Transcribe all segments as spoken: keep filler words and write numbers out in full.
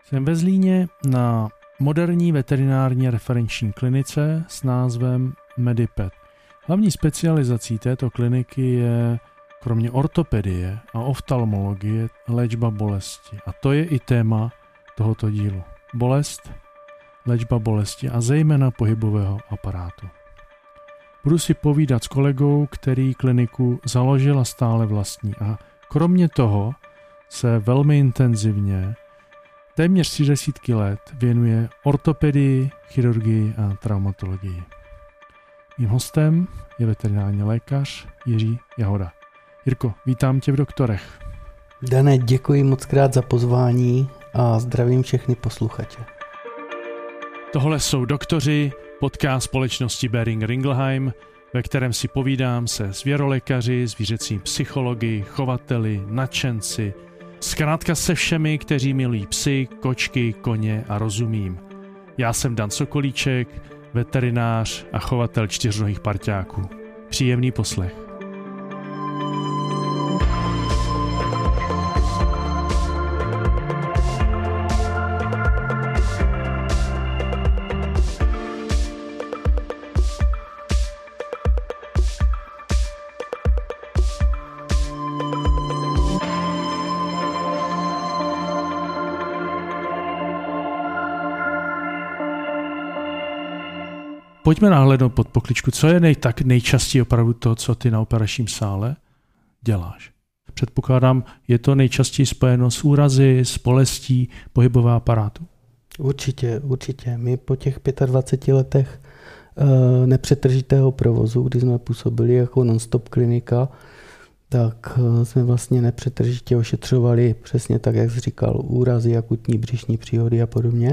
Jsem ve Zlíně na moderní veterinární referenční klinice s názvem Medipet. Hlavní specializací této kliniky je kromě ortopedie a oftalmologie léčba bolesti. A to je i téma tohoto dílu. Bolest, léčba bolesti a zejména pohybového aparátu. Budu si povídat s kolegou, který kliniku založil a stále vlastní. A kromě toho se velmi intenzivně téměř tři desítky let věnuje ortopedii, chirurgii a traumatologii. Mým hostem je veterinární lékař Jiří Jahoda. Jirko, vítám tě v Doktorech. Dane, děkuji moc krát za pozvání a zdravím všechny posluchače. Tohle jsou Doktoři, podcast společnosti Boehringer Ingelheim, ve kterém si povídám se zvěrolékaři, zvířecí psychologi, chovateli, nadšenci, zkrátka se všemi, kteří milují psy, kočky, koně a rozumím. Já jsem Dan Sokolíček, veterinář a chovatel čtyřnohých parťáků. Příjemný poslech. Pojďme nahlédnout pod pokličku, co je nej, tak nejčastěji opravdu to, co ty na operačním sále děláš. Předpokládám, je to nejčastěji spojeno s úrazy, s bolestí pohybového aparátu. Určitě, určitě. My po těch dvaceti pěti letech e, nepřetržitého provozu, kdy jsme působili jako non-stop klinika, tak e, jsme vlastně nepřetržitě ošetřovali přesně tak, jak jsi říkal, úrazy, akutní břišní příhody a podobně.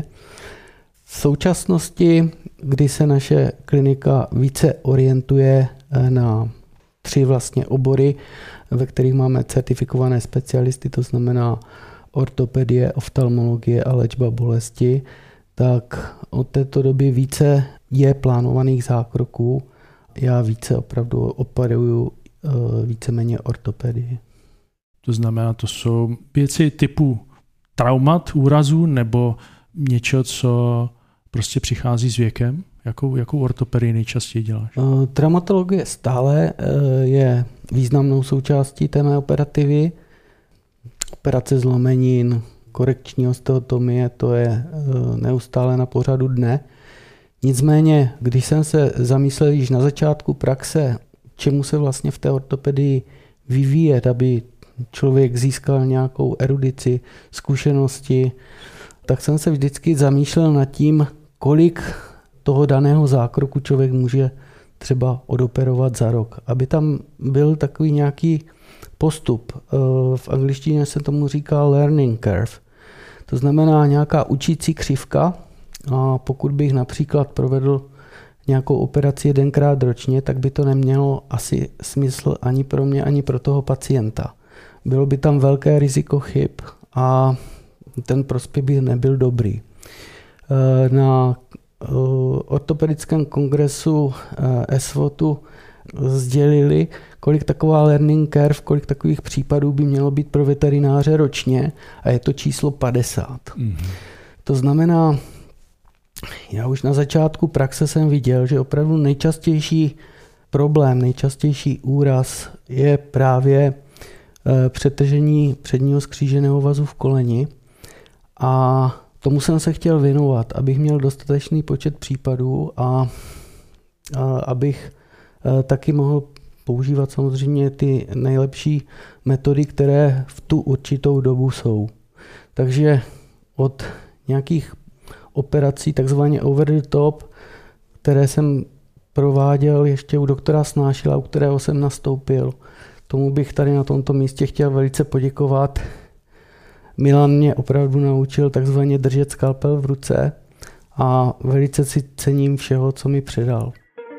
V současnosti, kdy se naše klinika více orientuje na tři vlastně obory, ve kterých máme certifikované specialisty, to znamená ortopedie, oftalmologie a léčba bolesti, tak od této doby více je plánovaných zákroků. Já více opravdu operuju víceméně ortopedii. To znamená, to jsou věci typu traumat, úrazů nebo něčeho, co prostě přichází s věkem? Jakou, jakou ortopedii nejčastěji děláš? Traumatologie stále je významnou součástí té mé operativy. Operace zlomenin, korekční osteotomie, to je neustále na pořadu dne. Nicméně, když jsem se zamyslel již na začátku praxe, čemu se vlastně v té ortopedii vyvíjet, aby člověk získal nějakou erudici, zkušenosti, tak jsem se vždycky zamýšlel nad tím, kolik toho daného zákroku člověk může třeba odoperovat za rok. Aby tam byl takový nějaký postup. V angličtině se tomu říká learning curve. To znamená nějaká učící křivka. A pokud bych například provedl nějakou operaci jedenkrát ročně, tak by to nemělo asi smysl ani pro mě, ani pro toho pacienta. Bylo by tam velké riziko chyb a ten prospěch by nebyl dobrý. Na ortopedickém kongresu S V O T u sdělili, kolik taková learning curve, kolik takových případů by mělo být pro veterináře ročně a je to číslo padesát. Mm-hmm. To znamená, já už na začátku praxe jsem viděl, že opravdu nejčastější problém, nejčastější úraz je právě přetržení předního skříženého vazu v koleni. A tomu jsem se chtěl věnovat, abych měl dostatečný počet případů a, a abych a, taky mohl používat samozřejmě ty nejlepší metody, které v tu určitou dobu jsou. Takže od nějakých operací takzvaně over the top, které jsem prováděl ještě u doktora Snášila, u kterého jsem nastoupil, tomu bych tady na tomto místě chtěl velice poděkovat. Milan mě opravdu naučil takzvaně držet skalpel v ruce a velice si cením všeho, co mi předal.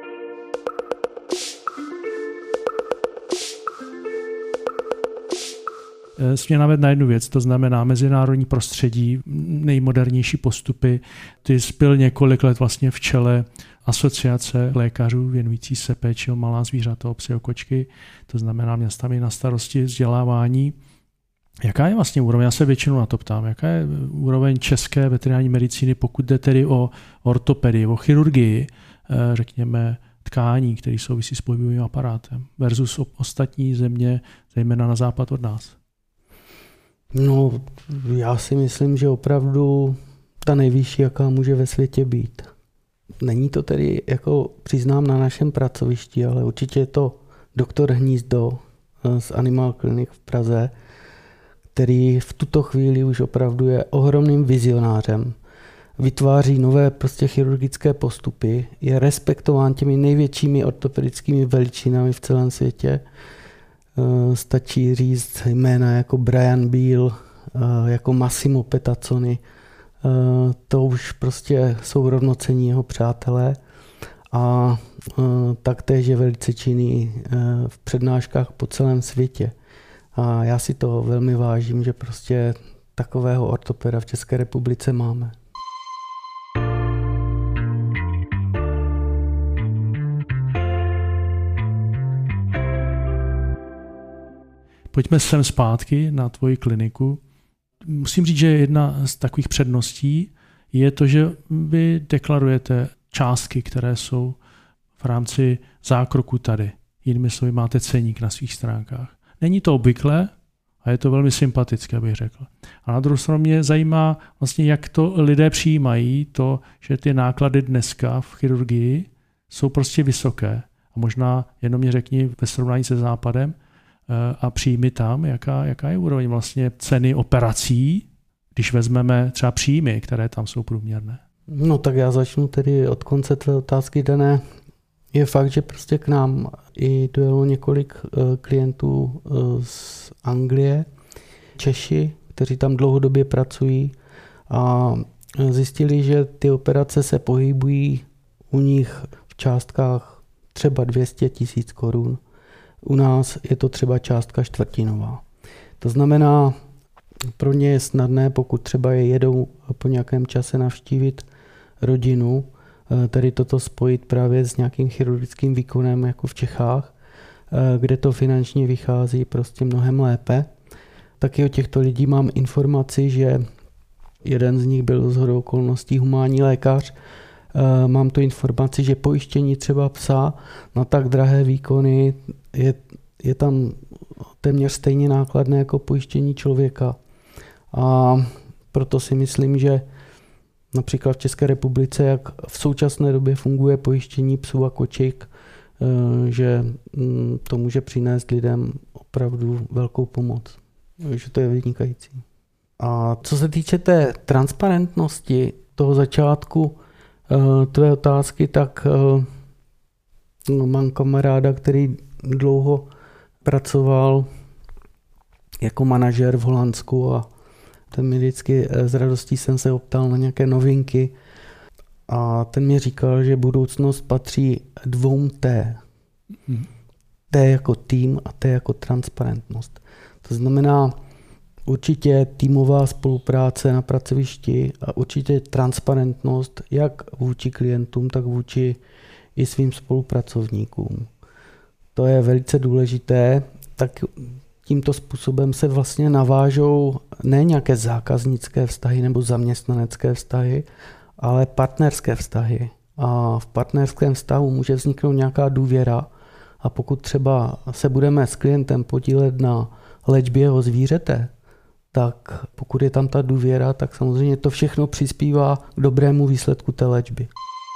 Jsi navedl na jednu věc, to znamená mezinárodní prostředí, nejmodernější postupy. Ty jsi byl několik let vlastně v čele asociace lékařů věnující se péči o malá zvířata, o psy, o kočky, to znamená měl jsi tam i na starosti vzdělávání. Jaká je vlastně úroveň, já se většinou na to ptám, jaká je úroveň české veterinární medicíny, pokud jde tedy o ortopedii, o chirurgii, řekněme tkání, které souvisí s pohybovým aparátem, versus ostatní země, zejména na západ od nás? No, já si myslím, že opravdu ta nejvyšší, jaká může ve světě být. Není to tedy, jako přiznám, na našem pracovišti, ale určitě je to doktor Hnízdo z Animal Clinic v Praze, který v tuto chvíli už opravdu je ohromným vizionářem. Vytváří nové prostě chirurgické postupy, je respektován těmi největšími ortopedickými veličinami v celém světě. Stačí říct jména jako Brian Beal, jako Massimo Petazzoni. To už prostě jsou rovnocení jeho přátelé. A taktéž je velice činný v přednáškách po celém světě. A já si to velmi vážím, že prostě takového ortopeda v České republice máme. Pojďme sem zpátky na tvoji kliniku. Musím říct, že jedna z takových předností je to, že vy deklarujete částky, které jsou v rámci zákroku tady. Jinými slovy, máte ceník na svých stránkách. Není to obvyklé a je to velmi sympatické, bych řekl. A na druhou stranu mě zajímá vlastně, jak to lidé přijímají, to, že ty náklady dneska v chirurgii jsou prostě vysoké. A možná jenom mě řekni ve srovnání se Západem a příjmy tam, jaká, jaká je úroveň vlastně ceny operací, když vezmeme třeba příjmy, které tam jsou průměrné. No tak já začnu tedy od konce tvé otázky, Dané. Je fakt, že prostě k nám i dojelo několik klientů z Anglie, Češi, kteří tam dlouhodobě pracují a zjistili, že ty operace se pohybují u nich v částkách třeba dvě stě tisíc korun. U nás je to třeba částka čtvrtinová. To znamená, pro ně je snadné, pokud třeba je jedou po nějakém čase navštívit rodinu, tedy toto spojit právě s nějakým chirurgickým výkonem jako v Čechách, kde to finančně vychází prostě mnohem lépe. Taky o těchto lidí mám informaci, že jeden z nich byl shodou okolností humánní lékař. Mám tu informaci, že pojištění třeba psa na tak drahé výkony je, je tam téměř stejně nákladné jako pojištění člověka. A proto si myslím, že například v České republice, jak v současné době funguje pojištění psů a koček, že to může přinést lidem opravdu velkou pomoc. Že to je vynikající. A co se týče té transparentnosti toho začátku tvé otázky, tak mám kamaráda, který dlouho pracoval jako manažer v Holandsku a ten mi vždycky s radostí jsem se optal na nějaké novinky a ten mi říkal, že budoucnost patří dvou T. Hmm. T jako tým a T jako transparentnost. To znamená určitě týmová spolupráce na pracovišti a určitě transparentnost jak vůči klientům, tak vůči i svým spolupracovníkům. To je velice důležité, tak tímto způsobem se vlastně navážou ne nějaké zákaznické vztahy nebo zaměstnanecké vztahy, ale partnerské vztahy. A v partnerském vztahu může vzniknout nějaká důvěra a pokud třeba se budeme s klientem podílet na léčbě jeho zvířete, tak pokud je tam ta důvěra, tak samozřejmě to všechno přispívá k dobrému výsledku té léčby.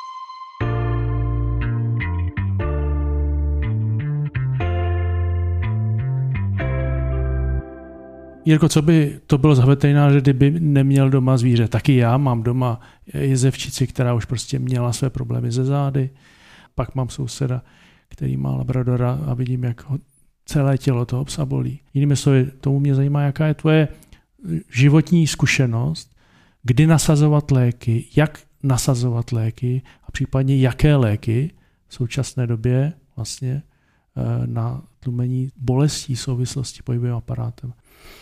Jirko, co by to bylo za veterináře, kdyby neměl doma zvíře? Taky já mám doma jezevčici, která už prostě měla své problémy ze zády. Pak mám souseda, který má labradora a vidím, jak ho celé tělo toho psa bolí. Jinými slovy, tomu mě zajímá, jaká je tvoje životní zkušenost, kdy nasazovat léky, jak nasazovat léky a případně jaké léky v současné době vlastně na tlumení bolestí v souvislosti pohybovým aparátem.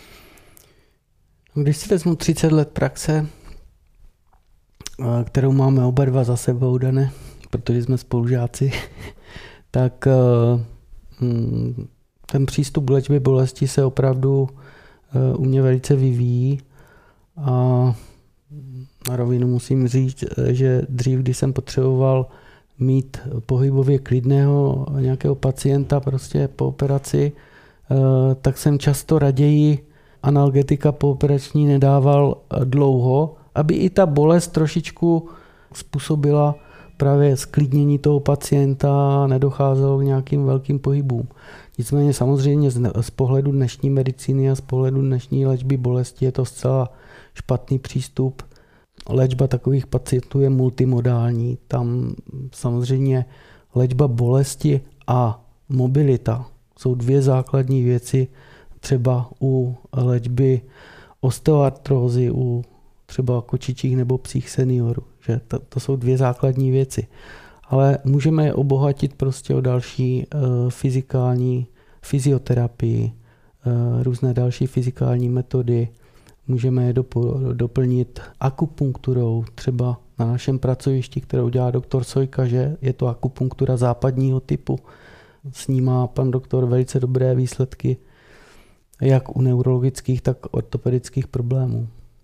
Když si vezmu třicet let praxe, kterou máme oba dva za sebou, Dane, protože jsme spolužáci, tak ten přístup k léčbě bolesti se opravdu u mě velice vyvíjí a na rovinu musím říct, že dřív, když jsem potřeboval mít pohybově klidného nějakého pacienta prostě po operaci, tak jsem často raději analgetika pooperační nedával dlouho, aby i ta bolest trošičku způsobila právě sklidnění toho pacienta, nedocházelo k nějakým velkým pohybům. Nicméně samozřejmě z pohledu dnešní medicíny a z pohledu dnešní léčby bolesti je to zcela špatný přístup. Léčba takových pacientů je multimodální. Tam samozřejmě léčba bolesti a mobilita jsou dvě základní věci, třeba u léčby osteoartrózy, u třeba kočičích nebo psích seniorů. Že to, to jsou dvě základní věci. Ale můžeme je obohatit prostě o další uh, fyzikální fyzioterapii, uh, různé další fyzikální metody. Můžeme je dopo, doplnit akupunkturou, třeba na našem pracovišti, kterou dělá doktor Sojka, že je to akupunktura západního typu. S ní má pan doktor velice dobré výsledky, jak u neurologických, tak ortopedických problémů.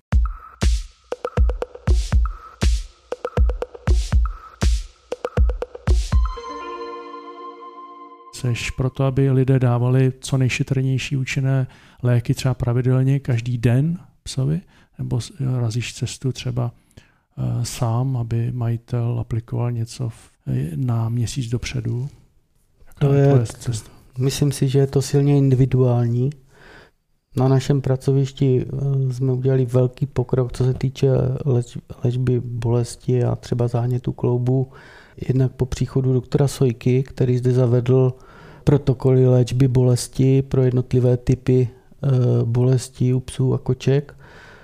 Jseš proto, aby lidé dávali co nejšetrnější účinné léky třeba pravidelně každý den psovi, nebo razíš cestu třeba uh, sám, aby majitel aplikoval něco v, na měsíc dopředu? To je, myslím si, že je to silně individuální. Na našem pracovišti jsme udělali velký pokrok, co se týče léč, léčby bolesti a třeba zánětu kloubu. Jednak po příchodu doktora Sojky, který zde zavedl protokoly léčby bolesti pro jednotlivé typy bolesti u psů a koček.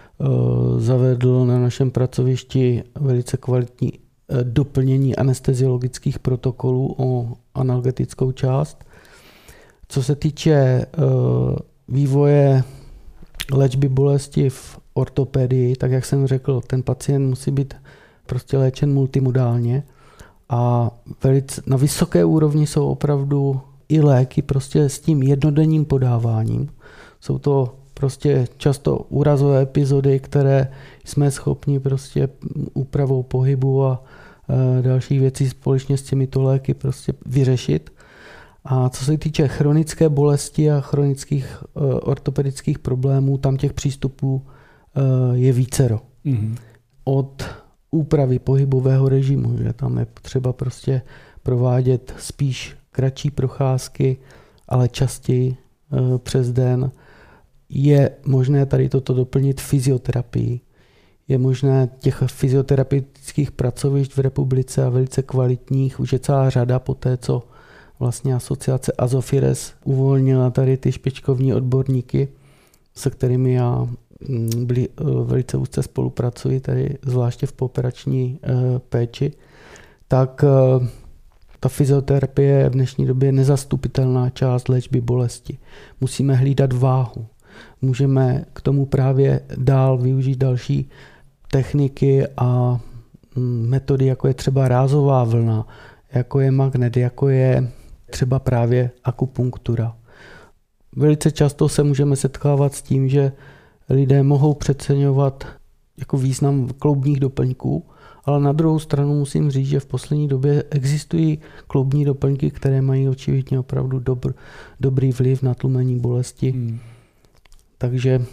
Zavedl na našem pracovišti velice kvalitní doplnění anesteziologických protokolů o analgetickou část. Co se týče vývoje léčby bolesti v ortopedii, tak jak jsem řekl, ten pacient musí být prostě léčen multimodálně a velice, na vysoké úrovni jsou opravdu i léky prostě s tím jednodenním podáváním. Jsou to prostě často úrazové epizody, které jsme schopni prostě úpravou pohybu a e, dalších věcí společně s těmito léky prostě vyřešit. A co se týče chronické bolesti a chronických e, ortopedických problémů, tam těch přístupů e, je vícero. Mm-hmm. Od úpravy pohybového režimu, že tam je třeba prostě provádět spíš kratší procházky, ale častěji e, přes den. Je možné tady toto doplnit fyzioterapii. Je možné těch fyzioterapeutických pracovišť v republice a velice kvalitních, už je celá řada po té, co vlastně asociace Azofires uvolnila tady ty špičkovní odborníky, se kterými já byli, velice úzce spolupracuji, tady zvláště v pooperační péči, tak ta fyzioterapie je v dnešní době nezastupitelná část léčby bolesti. Musíme hlídat váhu. Můžeme k tomu právě dál využít další techniky a metody, jako je třeba rázová vlna, jako je magnet, jako je třeba právě akupunktura. Velice často se můžeme setkávat s tím, že lidé mohou přeceňovat jako význam kloubních doplňků, ale na druhou stranu musím říct, že v poslední době existují kloubní doplňky, které mají očividně opravdu dobr, dobrý vliv na tlumení bolesti. Hmm. Takže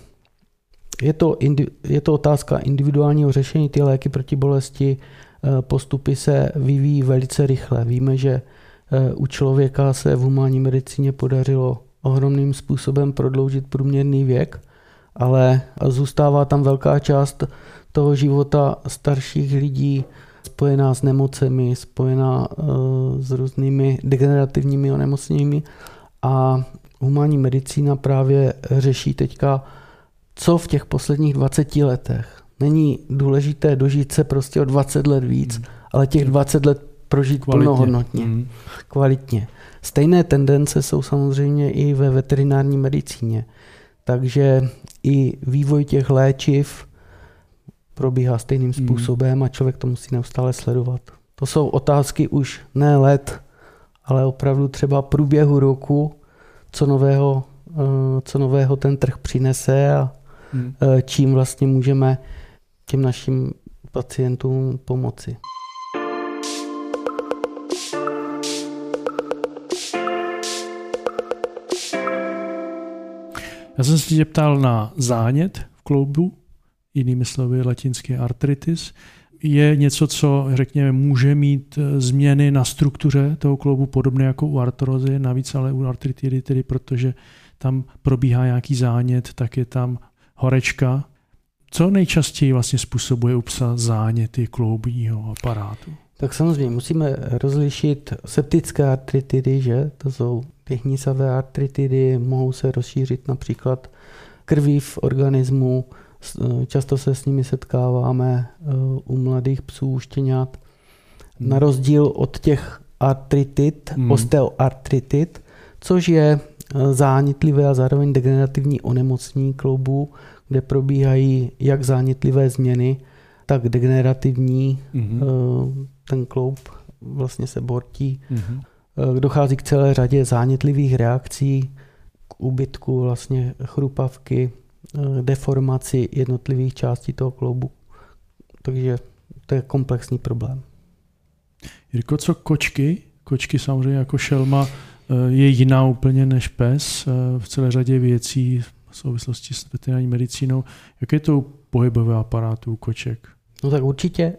je to, je to otázka individuálního řešení. Ty léky proti bolesti, postupy se vyvíjí velice rychle. Víme, že u člověka se v humánní medicíně podařilo ohromným způsobem prodloužit průměrný věk, ale zůstává tam velká část toho života starších lidí spojená s nemocemi, spojená s různými degenerativními onemocněními a humánní medicína právě řeší teďka, co v těch posledních dvaceti letech. Není důležité dožít se prostě o dvacet let víc, hmm. ale těch dvacet let prožít kvalitně. plnohodnotně, hmm. kvalitně. Stejné tendence jsou samozřejmě i ve veterinární medicíně. Takže i vývoj těch léčiv probíhá stejným způsobem hmm. a člověk to musí neustále sledovat. To jsou otázky už ne let, ale opravdu třeba průběhu roku, co nového co nového ten trh přinese a hmm. čím vlastně můžeme těm našim pacientům pomoci. Já jsem se tě ptal na zánět v kloubu, jinými slovy latinský artritis. Je něco, co, řekněme, může mít změny na struktuře toho kloubu, podobné jako u artrozy, navíc ale u artritidy, tedy protože tam probíhá nějaký zánět, tak je tam horečka. Co nejčastěji vlastně způsobuje u psa záněty kloubního aparátu? Tak samozřejmě musíme rozlišit septické artritidy, že? To jsou ty hnisavé artritidy, mohou se rozšířit například krví v organismu, často se s nimi setkáváme u mladých psů, štěňat. Na rozdíl od těch artritid, hmm. osteoartritid, což je zánětlivé a zároveň degenerativní onemocnění kloubů, kde probíhají jak zánětlivé změny, tak degenerativní. Hmm. Ten kloub vlastně se bortí. Hmm. Dochází k celé řadě zánětlivých reakcí, k úbytku vlastně chrupavky, deformaci jednotlivých částí toho kloubu. Takže to je komplexní problém. Jirko, co kočky? Kočky samozřejmě jako šelma je jiná úplně než pes v celé řadě věcí v souvislosti s veterinární medicínou. Jak je to u pohybového aparátu koček? No tak určitě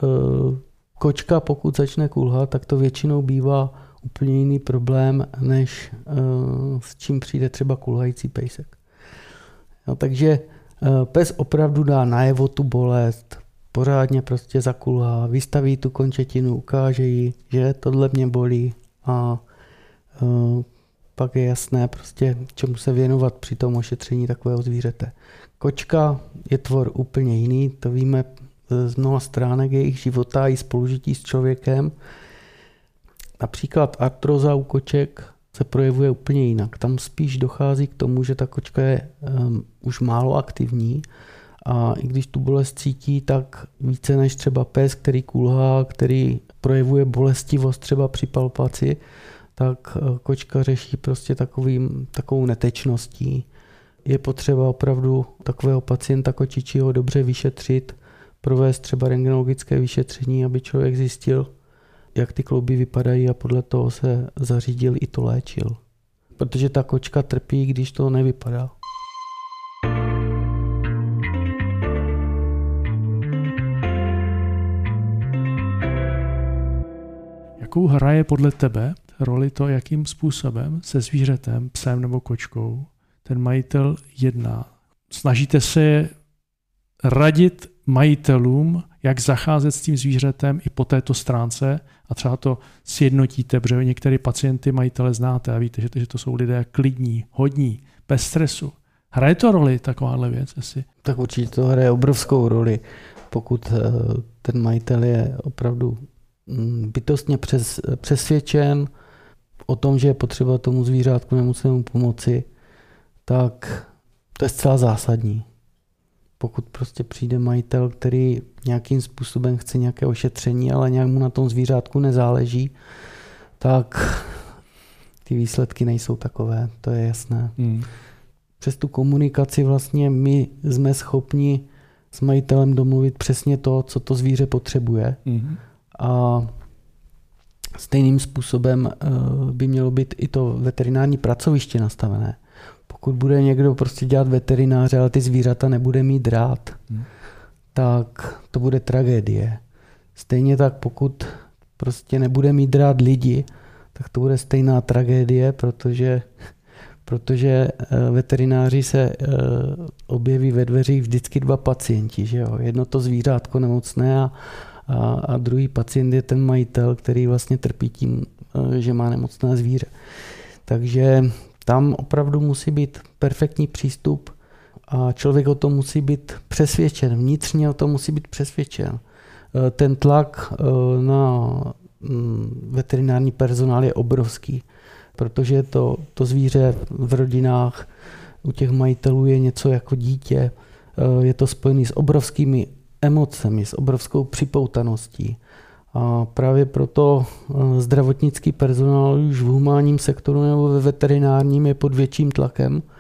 kočka, pokud začne kulhat, tak to většinou bývá úplně jiný problém, než s čím přijde třeba kulhající pejsek. No, takže pes opravdu dá najevo tu bolest, pořádně prostě zakulhá, vystaví tu končetinu, ukáže jí, že tohle mě bolí a uh, pak je jasné prostě, čemu se věnovat při tom ošetření takového zvířete. Kočka je tvor úplně jiný, to víme z mnoha stránek jejich života i spolužití s člověkem. Například artroza u koček se projevuje úplně jinak. Tam spíš dochází k tomu, že ta kočka je um, už málo aktivní a i když tu bolest cítí, tak více než třeba pes, který kulhá, který projevuje bolestivost třeba při palpaci, tak uh, kočka řeší prostě takovým, takovou netečností. Je potřeba opravdu takového pacienta kočičího dobře vyšetřit, provést třeba rentgenologické vyšetření, aby člověk zjistil, jak ty klouby vypadají a podle toho se zařídil i to léčil. Protože ta kočka trpí, když to nevypadá. Jakou hraje podle tebe roli to, jakým způsobem se zvířetem, psem nebo kočkou ten majitel jedná? Snažíte se radit majitelům, jak zacházet s tím zvířetem i po této stránce a třeba to sjednotíte, protože některé pacienty majitele znáte a víte, že to, že to jsou lidé klidní, hodní, bez stresu. Hraje to roli takováhle věc? Asi? Tak určitě to hraje obrovskou roli, pokud ten majitel je opravdu bytostně přes, přesvědčen o tom, že je potřeba tomu zvířátku nemocnému pomoci, tak to je zcela zásadní. Pokud prostě přijde majitel, který nějakým způsobem chce nějaké ošetření, ale nějak mu na tom zvířátku nezáleží, tak ty výsledky nejsou takové, to je jasné. Hmm. Přes tu komunikaci vlastně my jsme schopni s majitelem domluvit přesně to, co to zvíře potřebuje. Hmm. A stejným způsobem by mělo být i to veterinární pracoviště nastavené. Pokud bude někdo prostě dělat veterináře, ale ty zvířata nebude mít rád, hmm. tak to bude tragédie. Stejně tak, pokud prostě nebude mít rád lidi, tak to bude stejná tragédie, protože, protože veterináři se objeví ve dveřích vždycky dva pacienti. Že jo? Jedno to zvířátko nemocné a, a, a druhý pacient je ten majitel, který vlastně trpí tím, že má nemocné zvíře. Takže tam opravdu musí být perfektní přístup a člověk o tom musí být přesvědčen, vnitřně o tom musí být přesvědčen. Ten tlak na veterinární personál je obrovský, protože to, to zvíře v rodinách u těch majitelů je něco jako dítě. Je to spojené s obrovskými emocemi, s obrovskou připoutaností. A právě proto zdravotnický personál už v humánním sektoru nebo ve veterinárním je pod větším tlakem,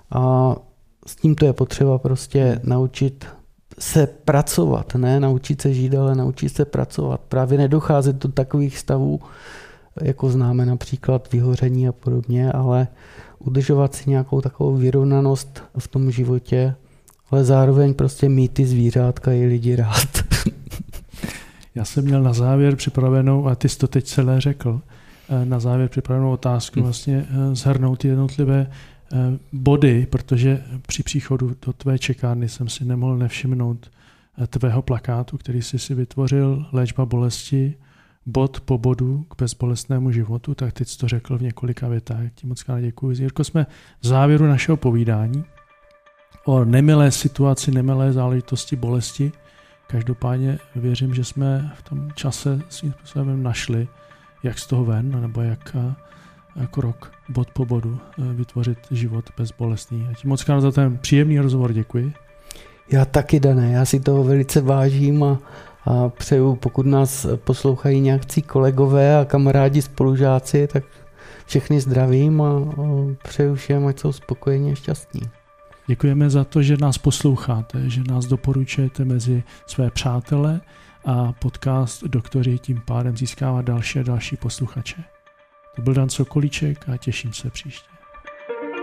A s tímto je potřeba prostě naučit se pracovat, ne naučit se žít, ale naučit se pracovat. Právě nedocházet do takových stavů, jako známe například vyhoření a podobně, ale udržovat si nějakou takovou vyrovnanost v tom životě, ale zároveň prostě mít ty zvířátka i lidi rád. Já jsem měl na závěr připravenou, a ty jsi to teď celé řekl, na závěr připravenou otázku vlastně shrnout ty jednotlivé body, protože při příchodu do tvé čekárny jsem si nemohl nevšimnout tvého plakátu, který jsi si vytvořil, léčba bolesti, bod po bodu k bezbolestnému životu, tak teď jsi to řekl v několika větách. Ti moc krát děkuji. Jirko, jsme v závěru našeho povídání o nemilé situaci, nemilé záležitosti bolesti. Každopádně věřím, že jsme v tom čase svým způsobem našli, jak z toho ven, nebo jak krok bod po bodu vytvořit život bezbolestný. Já ti moc krát za ten příjemný rozhovor děkuji. Já taky, Dané, já si toho velice vážím a, a přeju, pokud nás poslouchají nějakcí kolegové a kamarádi, spolužáci, tak všechny zdravím a, a přeju všem, ať jsou spokojení a šťastní. Děkujeme za to, že nás posloucháte, že nás doporučujete mezi své přátele a podcast Doktoři tím pádem získává další a další posluchače. To byl Dan Sokolíček a těším se příště.